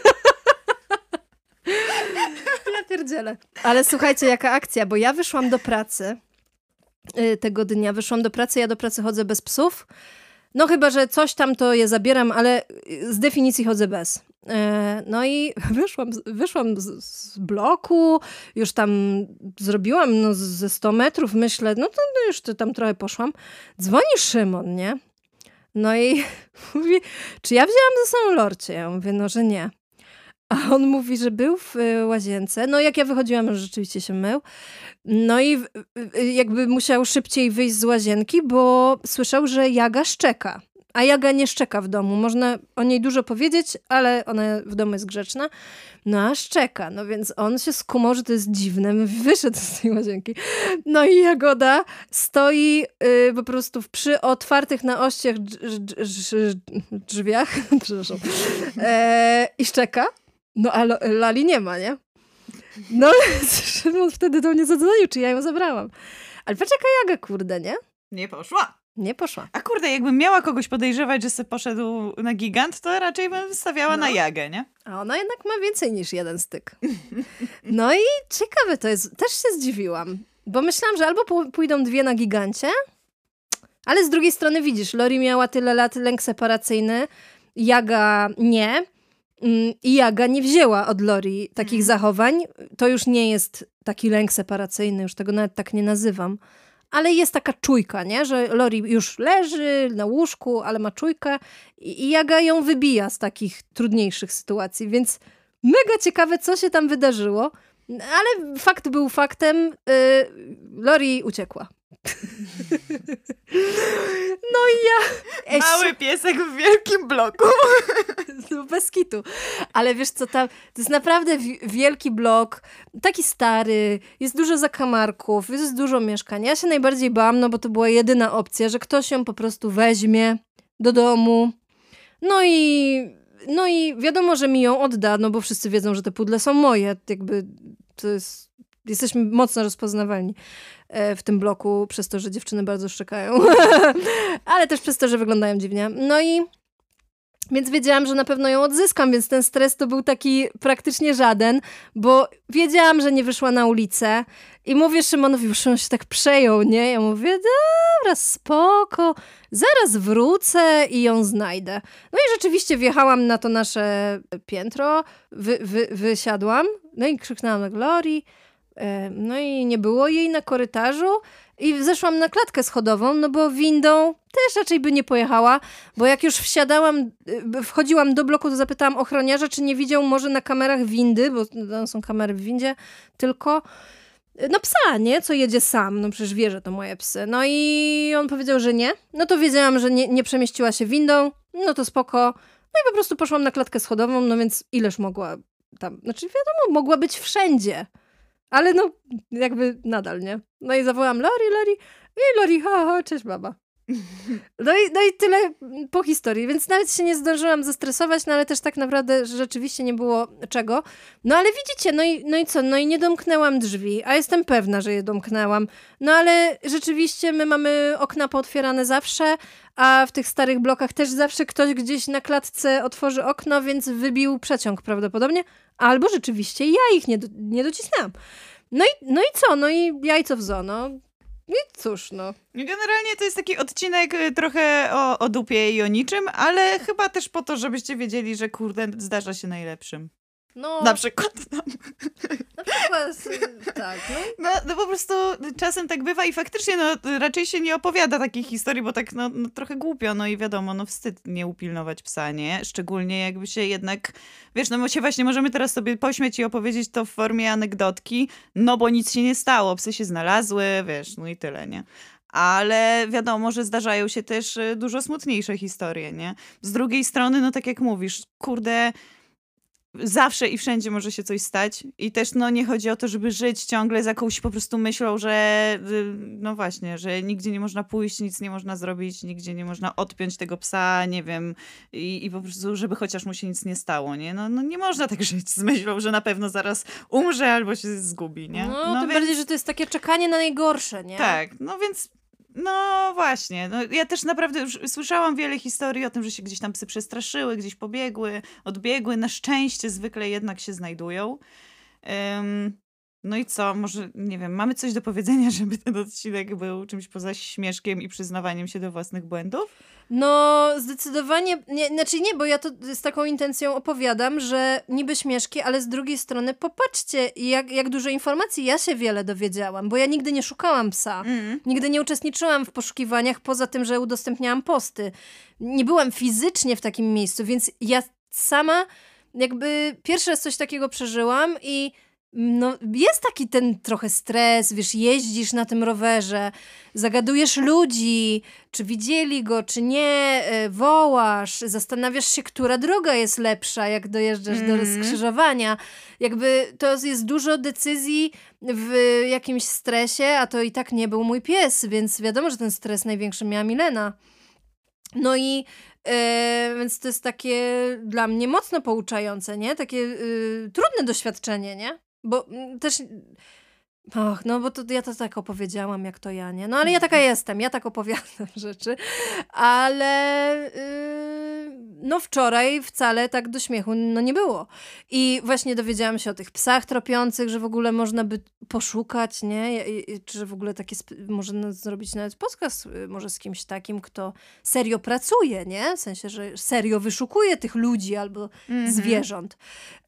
Ja pierdzielę. Ale słuchajcie, jaka akcja, bo ja wyszłam do pracy tego dnia. Wyszłam do pracy, ja do pracy chodzę bez psów. No chyba, że coś tam to je zabieram, ale z definicji chodzę bez. No i wyszłam, wyszłam z, z bloku, już tam zrobiłam no, ze sto metrów, myślę, no to no już tam trochę poszłam. Dzwoni Szymon, nie? No i mówi, czy ja wzięłam ze sobą Lorcie? Ja mówię, no, że nie. A on mówi, że był w łazience. No jak ja wychodziłam, że rzeczywiście się mył. No i jakby musiał szybciej wyjść z łazienki, bo słyszał, że Jaga szczeka. a Jaga nie szczeka w domu. Można o niej dużo powiedzieć, ale ona w domu jest grzeczna. No a szczeka, no więc on się skumał, że to jest dziwne. Wyszedł z tej łazienki. No i Jagoda stoi yy, po prostu przy otwartych na ościach drz- drz- drzwiach przepraszam, e, i szczeka. No a Lali nie ma, nie? No Szymon wtedy do mnie zadzwonił, czy ja ją zabrałam. Ale patrz jaka Jaga, kurde, nie? Nie poszła. Nie poszła. A kurde, jakbym miała kogoś podejrzewać, że se poszedł na gigant, to raczej bym stawiała No. na Jagę, nie? A ona jednak ma więcej niż jeden styk. No i ciekawe to jest. Też się zdziwiłam. Bo myślałam, że albo p- pójdą dwie na gigancie, ale z drugiej strony widzisz, Lori miała tyle lat lęk separacyjny, Jaga nie. I Jaga nie wzięła od Lori takich Mhm. zachowań. To już nie jest taki lęk separacyjny, już tego nawet tak nie nazywam. Ale jest taka czujka, nie? Że Lori już leży na łóżku, ale ma czujkę i i Jaga ją wybija z takich trudniejszych sytuacji, więc mega ciekawe, co się tam wydarzyło. Ale fakt był faktem. Yy, Lori uciekła. No i ja... Ej, Mały piesek w wielkim bloku. No bez kitu. Ale wiesz co, tam, to jest naprawdę wi- wielki blok, taki stary, jest dużo zakamarków, jest dużo mieszkań. Ja się najbardziej bałam, no bo to była jedyna opcja, że ktoś ją po prostu weźmie do domu. No i, no i wiadomo, że mi ją odda, no bo wszyscy wiedzą, że te pudle są moje. Jakby to jest... Jesteśmy mocno rozpoznawalni w tym bloku przez to, że dziewczyny bardzo szczekają. Ale też przez to, że wyglądają dziwnie. No i więc wiedziałam, że na pewno ją odzyskam, więc ten stres to był taki praktycznie żaden, bo wiedziałam, że nie wyszła na ulicę i mówię Szymonowi, bo Szymon się tak przejął, nie? Ja mówię, dobra, spoko, zaraz wrócę i ją znajdę. No i rzeczywiście wjechałam na to nasze piętro, wy, wy, wysiadłam, no i krzyknęłam na Glorii, no i nie było jej na korytarzu i zeszłam na klatkę schodową, no bo windą też raczej by nie pojechała, bo jak już wsiadałam, wchodziłam do bloku, to zapytałam ochroniarza, czy nie widział może na kamerach windy, bo no, są kamery w windzie, tylko no psa, nie? Co jedzie sam, no przecież wie, że to moje psy. No i on powiedział, że nie. No to wiedziałam, że nie, nie przemieściła się windą, no to spoko. No i po prostu poszłam na klatkę schodową, no więc ileż mogła tam, znaczy wiadomo, mogła być wszędzie. Ale no, jakby nadal, nie? No i zawołam Lori, Lori i Lori, ha, ha, cześć baba. No i, no i tyle po historii, więc nawet się nie zdążyłam zestresować, no ale też tak naprawdę rzeczywiście nie było czego. No ale widzicie, no i, no i co? No i nie domknęłam drzwi, a jestem pewna, że je domknęłam. No ale rzeczywiście my mamy okna pootwierane zawsze, a w tych starych blokach też zawsze ktoś gdzieś na klatce otworzy okno, więc wybił przeciąg prawdopodobnie. Albo rzeczywiście ja ich nie, do, nie docisnęłam. No i, no i co? No i jajco w zoo, no. I cóż, no. Generalnie to jest taki odcinek trochę o, o dupie i o niczym, ale chyba też po to, żebyście wiedzieli, że kurde, zdarza się najlepszym. No, Na przykład nam. na przykład, tak, no. No, no po prostu czasem tak bywa i faktycznie no, raczej się nie opowiada takich historii, bo tak no, no trochę głupio, no i wiadomo, no wstyd nie upilnować psa, nie? Szczególnie jakby się jednak, wiesz, no my się właśnie możemy teraz sobie pośmiać i opowiedzieć to w formie anegdotki, no bo nic się nie stało, psy się znalazły, wiesz, no i tyle, nie? Ale wiadomo, że zdarzają się też dużo smutniejsze historie, nie? Z drugiej strony, no tak jak mówisz, kurde, zawsze i wszędzie może się coś stać i też no nie chodzi o to, żeby żyć ciągle z jakąś po prostu myślą, że no właśnie, że nigdzie nie można pójść, nic nie można zrobić, nigdzie nie można odpiąć tego psa, nie wiem, i, i po prostu, żeby chociaż mu się nic nie stało, nie? No, no nie można tak żyć z myślą, że na pewno zaraz umrze albo się zgubi, nie? No, no tym więc... bardziej, że to jest takie czekanie na najgorsze, nie? Tak, no więc no właśnie, no ja też naprawdę już słyszałam wiele historii o tym, że się gdzieś tam psy przestraszyły, gdzieś pobiegły, odbiegły, na szczęście zwykle jednak się znajdują. Um, no i co, może, nie wiem, mamy coś do powiedzenia, żeby ten odcinek był czymś poza śmieszkiem i przyznawaniem się do własnych błędów? No, zdecydowanie, nie, znaczy nie, bo ja to z taką intencją opowiadam, że niby śmieszki, ale z drugiej strony popatrzcie, jak, jak dużo informacji ja się wiele dowiedziałam, bo ja nigdy nie szukałam psa, Mm. nigdy nie uczestniczyłam w poszukiwaniach, poza tym, że udostępniałam posty. Nie byłam fizycznie w takim miejscu, więc ja sama jakby pierwszy raz coś takiego przeżyłam i no, jest taki ten trochę stres, wiesz, jeździsz na tym rowerze, zagadujesz ludzi, czy widzieli go, czy nie, y, wołasz, zastanawiasz się, która droga jest lepsza, jak dojeżdżasz mm. do skrzyżowania. Jakby to jest dużo decyzji w jakimś stresie, a to i tak nie był mój pies, więc wiadomo, że ten stres największy miała Milena. No i e, więc to jest takie dla mnie mocno pouczające, nie? Takie y, trudne doświadczenie, nie? Bo m, też... Och, no bo to ja to tak opowiedziałam, jak to ja, nie? No ale ja taka jestem, ja tak opowiadam rzeczy, ale yy, no wczoraj wcale tak do śmiechu no nie było. I właśnie dowiedziałam się o tych psach tropiących, że w ogóle można by poszukać, nie? I, i, czy w ogóle takie, sp- można zrobić nawet podcast może z kimś takim, kto serio pracuje, nie? W sensie, że serio wyszukuje tych ludzi albo mm-hmm. zwierząt.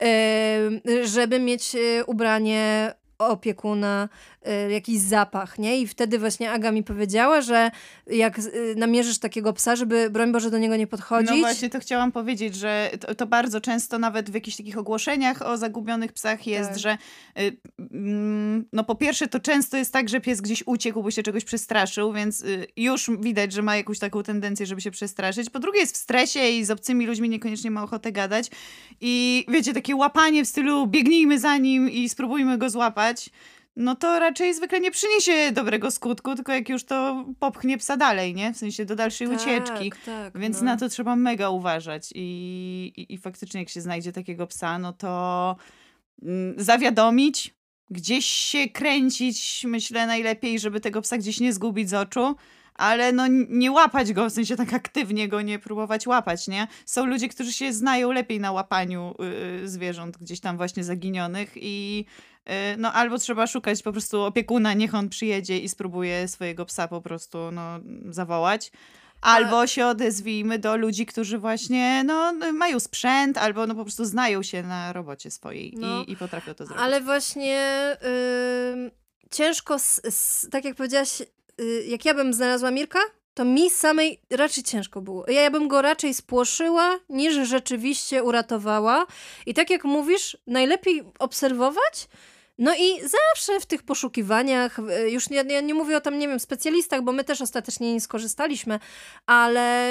Yy, żeby mieć yy, ubranie opiekuna, y, jakiś zapach, nie? I wtedy właśnie Aga mi powiedziała, że jak y, namierzysz takiego psa, żeby broń Boże do niego nie podchodzić. No właśnie to chciałam powiedzieć, że to, to bardzo często nawet w jakichś takich ogłoszeniach o zagubionych psach jest, tak. że y, mm, no po pierwsze to często jest tak, że pies gdzieś uciekł, bo się czegoś przestraszył, więc y, już widać, że ma jakąś taką tendencję, żeby się przestraszyć. Po drugie jest w stresie i z obcymi ludźmi niekoniecznie ma ochotę gadać. I wiecie, takie łapanie w stylu biegnijmy za nim i spróbujmy go złapać, no to raczej zwykle nie przyniesie dobrego skutku, tylko jak już to popchnie psa dalej, nie? W sensie do dalszej tak, ucieczki. Tak, Więc no. na to trzeba mega uważać. I, i, i faktycznie jak się znajdzie takiego psa, no to mm, zawiadomić, gdzieś się kręcić, myślę najlepiej, żeby tego psa gdzieś nie zgubić z oczu. Ale no nie łapać go, w sensie tak aktywnie go nie próbować łapać, nie? Są ludzie, którzy się znają lepiej na łapaniu y, zwierząt gdzieś tam właśnie zaginionych i y, no albo trzeba szukać po prostu opiekuna, niech on przyjedzie i spróbuje swojego psa po prostu no zawołać. Albo się odezwijmy do ludzi, którzy właśnie no, mają sprzęt, albo no po prostu znają się na robocie swojej no, i, i potrafią to zrobić. Ale właśnie yy, ciężko, s, s, tak jak powiedziałaś, jak ja bym znalazła Mirka, to mi samej raczej ciężko było. Ja, ja bym go raczej spłoszyła, niż rzeczywiście uratowała. I tak jak mówisz, najlepiej obserwować. No i zawsze w tych poszukiwaniach, już nie, ja nie mówię o tam, nie wiem, specjalistach, bo my też ostatecznie nie skorzystaliśmy, ale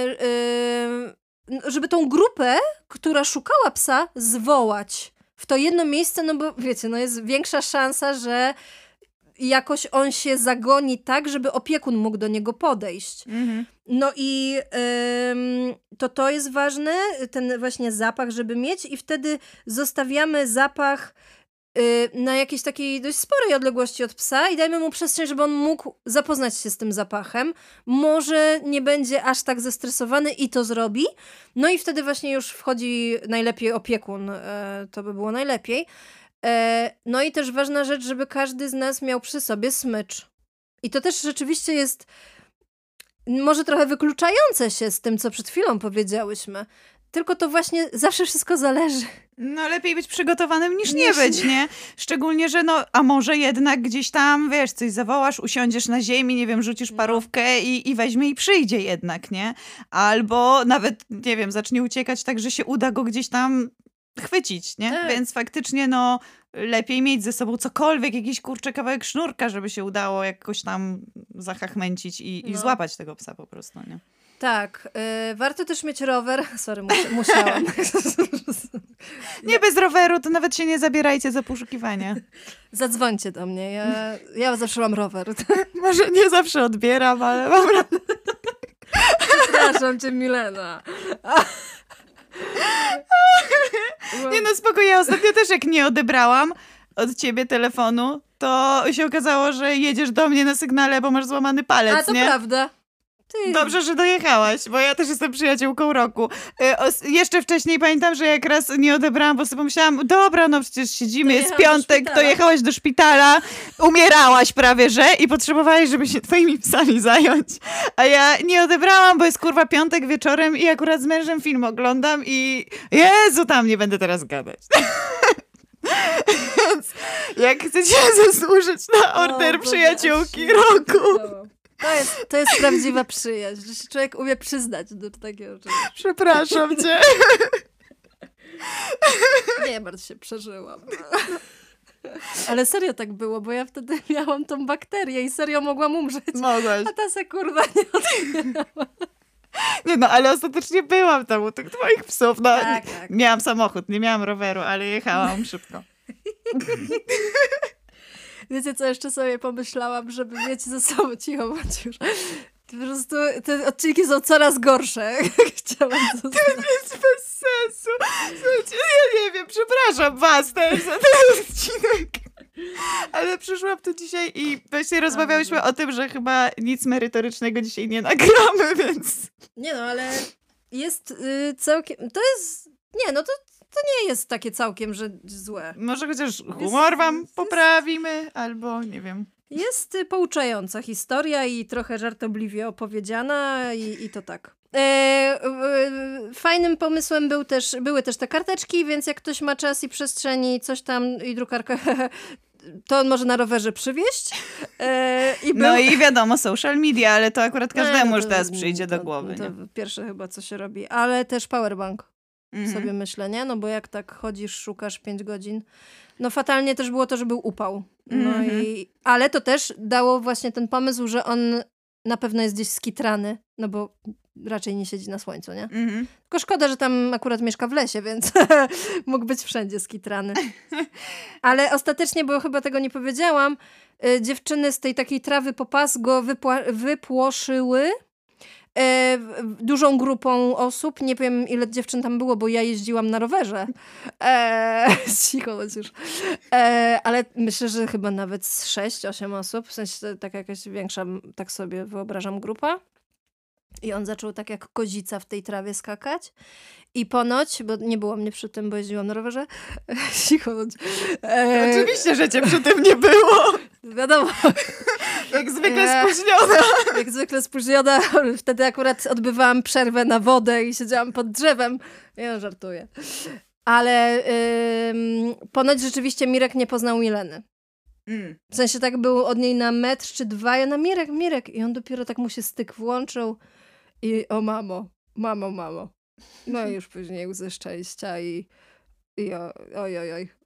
yy, żeby tą grupę, która szukała psa, zwołać w to jedno miejsce, no bo wiecie, no jest większa szansa, że jakoś on się zagoni tak, żeby opiekun mógł do niego podejść. Mhm. No i ym, to to jest ważne, ten właśnie zapach, żeby mieć i wtedy zostawiamy zapach y, na jakiejś takiej dość sporej odległości od psa i dajmy mu przestrzeń, żeby on mógł zapoznać się z tym zapachem. Może nie będzie aż tak zestresowany i to zrobi. No i wtedy właśnie już wchodzi najlepiej opiekun. Y, to by było najlepiej. No i też ważna rzecz, żeby każdy z nas miał przy sobie smycz. I to też rzeczywiście jest może trochę wykluczające się z tym, co przed chwilą powiedziałyśmy. Tylko to właśnie zawsze wszystko zależy. No lepiej być przygotowanym niż nie być, nie? Szczególnie, że no, a może jednak gdzieś tam, wiesz, coś zawołasz, usiądziesz na ziemi, nie wiem, rzucisz parówkę i, i weźmie i przyjdzie jednak, nie? Albo nawet, nie wiem, zacznie uciekać tak, że się uda go gdzieś tam chwycić, nie? Tak. Więc faktycznie no lepiej mieć ze sobą cokolwiek, jakiś kurczę kawałek sznurka, żeby się udało jakoś tam zachachmęcić i, no. i złapać tego psa po prostu, nie? Tak. Yy, warto też mieć rower. Sorry, mus- musiałam. Nie, bez roweru to nawet się nie zabierajcie za poszukiwania. Zadzwońcie do mnie. Ja, ja zawsze mam rower. Może nie zawsze odbieram, ale mam rower. Przepraszam cię, Milena. Nie no, spoko, ja ostatnio też jak nie odebrałam od ciebie telefonu, to się okazało, że jedziesz do mnie na sygnale, bo masz złamany palec, A to nie? prawda. Ty. Dobrze, że dojechałaś, bo ja też jestem przyjaciółką roku. E, os- jeszcze wcześniej pamiętam, że jak raz nie odebrałam, bo sobie pomyślałam, dobra, no przecież siedzimy, jest piątek, to jechałaś do szpitala, umierałaś prawie, że i potrzebowałaś, żeby się twoimi psami zająć. A ja nie odebrałam, bo jest kurwa piątek wieczorem i akurat z mężem film oglądam i Jezu, tam nie będę teraz gadać. Więc jak chcecie zasłużyć na order o, przyjaciółki roku... To jest, to jest prawdziwa przyjaźń, że się człowiek umie przyznać do takiego czegoś. Przepraszam cię. Nie martw się, przeżyłam. Ale serio tak było, bo ja wtedy miałam tą bakterię i serio mogłam umrzeć. Mogłaś. A ta se kurwa nie otwierała. Nie no, ale ostatecznie byłam tam u tych twoich psów. No, Tak, tak. Miałam samochód, nie miałam roweru, ale jechałam szybko. Wiecie, co jeszcze sobie pomyślałam, żeby mieć ze sobą cicho, bądź już. Po prostu te odcinki są coraz gorsze. Chciałam to To jest bez sensu. Słuchajcie, ja nie wiem, przepraszam was też za ten odcinek. Ale przyszłam tu dzisiaj i właśnie rozmawiałyśmy o tym, że chyba nic merytorycznego dzisiaj nie nagramy, więc... Nie no, ale jest y, całkiem... To jest... Nie, no to, to nie jest takie całkiem, że złe. Może chociaż humor Jest- wam jest- poprawimy, albo nie wiem. Jest y, pouczająca historia i trochę żartobliwie opowiedziana i, i to tak. E, e, fajnym pomysłem był też, były też te karteczki, więc jak ktoś ma czas i przestrzeni, coś tam i drukarkę, to on może na rowerze przywieźć. E, i był... No i wiadomo, social media, ale to akurat każdemu No, już to- teraz przyjdzie do to- głowy. To, nie? pierwsze chyba, co się robi. Ale też powerbank. Mhm. Sobie myślę, nie? No bo jak tak chodzisz, szukasz pięć godzin. No fatalnie też było to, że był upał. No Mhm. i... Ale to też dało właśnie ten pomysł, że on na pewno jest gdzieś skitrany, no bo raczej nie siedzi na słońcu, nie? Mhm. Tylko szkoda, że tam akurat mieszka w lesie, więc mógł być wszędzie skitrany. Ale ostatecznie, bo chyba tego nie powiedziałam, y, dziewczyny z tej takiej trawy po pas go wypła- wypłoszyły e, w- dużą grupą osób. Nie wiem, ile dziewczyn tam było, bo ja jeździłam na rowerze. E, cicho bądź już. E, ale myślę, że chyba nawet z sześć osiem osób. W sensie tak jakaś większa, tak sobie wyobrażam, grupa. I on zaczął tak jak kozica w tej trawie skakać. I ponoć, bo nie było mnie przy tym, bo jeździłam na rowerze. Cicho bądź. E, Oczywiście, że cię przy tym nie było. Wiadomo. Jak zwykle Eee. spóźniona. Jak zwykle spóźniona, wtedy akurat odbywałam przerwę na wodę i siedziałam pod drzewem. Ja żartuję. Ale ym, ponoć rzeczywiście Mirek nie poznał Mileny. Mm. W sensie tak był od niej na metr czy dwa. Ja na Mirek, Mirek. I on dopiero tak mu się styk włączył. I o mamo, mamo, mamo. No i już później łzy szczęścia i, i o, oj, oj, oj.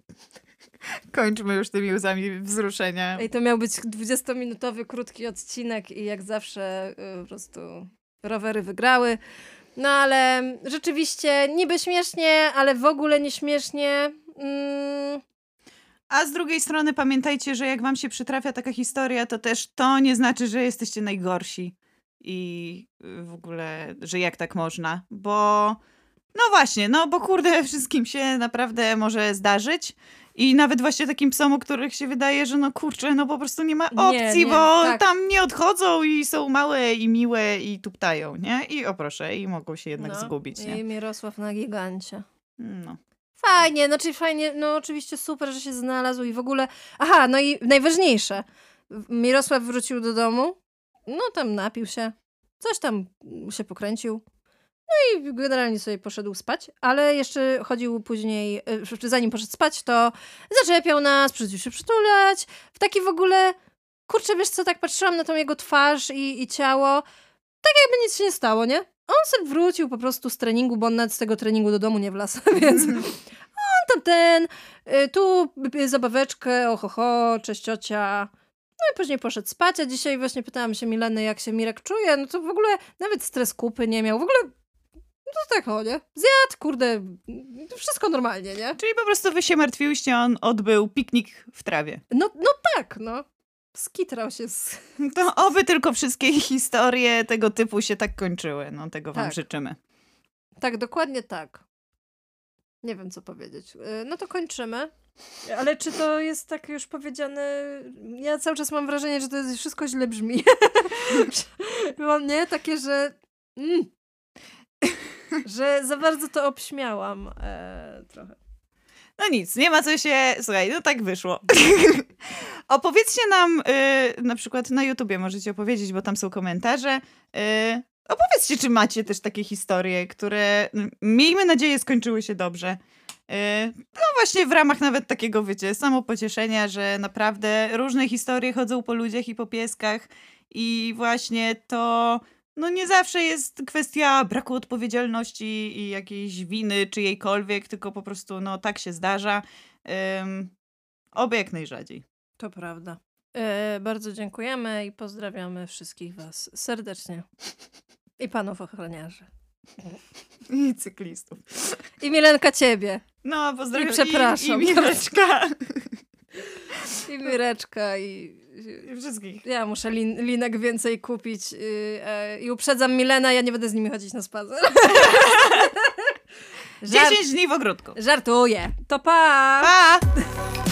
Kończmy już tymi łzami wzruszenia. I to miał być dwudziestominutowy, krótki odcinek i jak zawsze y, po prostu rowery wygrały. No ale rzeczywiście niby śmiesznie, ale w ogóle nie śmiesznie. Mm, A z drugiej strony pamiętajcie, że jak wam się przytrafia taka historia, to też to nie znaczy, że jesteście najgorsi. I y, w ogóle, że jak tak można. Bo no właśnie, no bo kurde, wszystkim się naprawdę może zdarzyć. I nawet właśnie takim psom, o których się wydaje, że no kurczę, no po prostu nie ma Nie, opcji, nie, bo tak. tam nie odchodzą i są małe i miłe i tuptają, nie? I o proszę, i mogą się jednak no, zgubić, I nie? Mirosław na gigancie. No. Fajnie, znaczy fajnie, no oczywiście super, że się znalazł i w ogóle... Aha, no i najważniejsze. Mirosław wrócił do domu, no tam napił się, coś tam się pokręcił. No i generalnie sobie poszedł spać, ale jeszcze chodził później, y, zanim poszedł spać, to zaczepiał nas, przychodził się przytulać, w taki w ogóle, kurczę, wiesz co, tak patrzyłam na tą jego twarz i, i ciało, tak jakby nic się nie stało, nie? On sobie wrócił po prostu z treningu, bo on nawet z tego treningu do domu nie wlazł, więc on tam ten, y, tu y, zabaweczkę, ohoho, cześć ciocia. No i później poszedł spać, a dzisiaj właśnie pytałam się Mileny, jak się Mirek czuje, no to w ogóle nawet stres kupy nie miał, w ogóle to tak o, nie? Zjadł, kurde, wszystko normalnie, nie? Czyli po prostu wy się martwiłyście, on odbył piknik w trawie. No, no tak, no. Skitrał się z... To oby tylko wszystkie historie tego typu się tak kończyły. No tego wam Tak. życzymy. Tak, dokładnie tak. Nie wiem, co powiedzieć. Yy, No to kończymy. Ale czy to jest tak już powiedziane... Ja cały czas mam wrażenie, że to jest wszystko źle brzmi. Mam, nie? Takie, że... Mm. Że za bardzo to obśmiałam e, trochę. No nic, nie ma co się... Słuchaj, no tak wyszło. Opowiedzcie nam, y, na przykład na YouTubie możecie opowiedzieć, bo tam są komentarze. Y, opowiedzcie, czy macie też takie historie, które, no, miejmy nadzieję, skończyły się dobrze. Y, no właśnie w ramach nawet takiego, wiecie, samopocieszenia, że naprawdę różne historie chodzą po ludziach i po pieskach i właśnie to... No nie zawsze jest kwestia braku odpowiedzialności i jakiejś winy czyjejkolwiek, tylko po prostu no tak się zdarza. Ym, Oby jak najrzadziej. To prawda. E, bardzo dziękujemy i pozdrawiamy wszystkich was serdecznie. I panów ochroniarzy. I cyklistów. I Milenka ciebie. No, pozdrawiam. I przepraszam. I, i Mireczka. I Mireczka i... I wszystkich. Ja muszę lin, linek więcej kupić yy, yy, i uprzedzam Milena, ja nie będę z nimi chodzić na spacer. Żart... dziesięć dni w ogródku. Żartuję. To pa! Pa!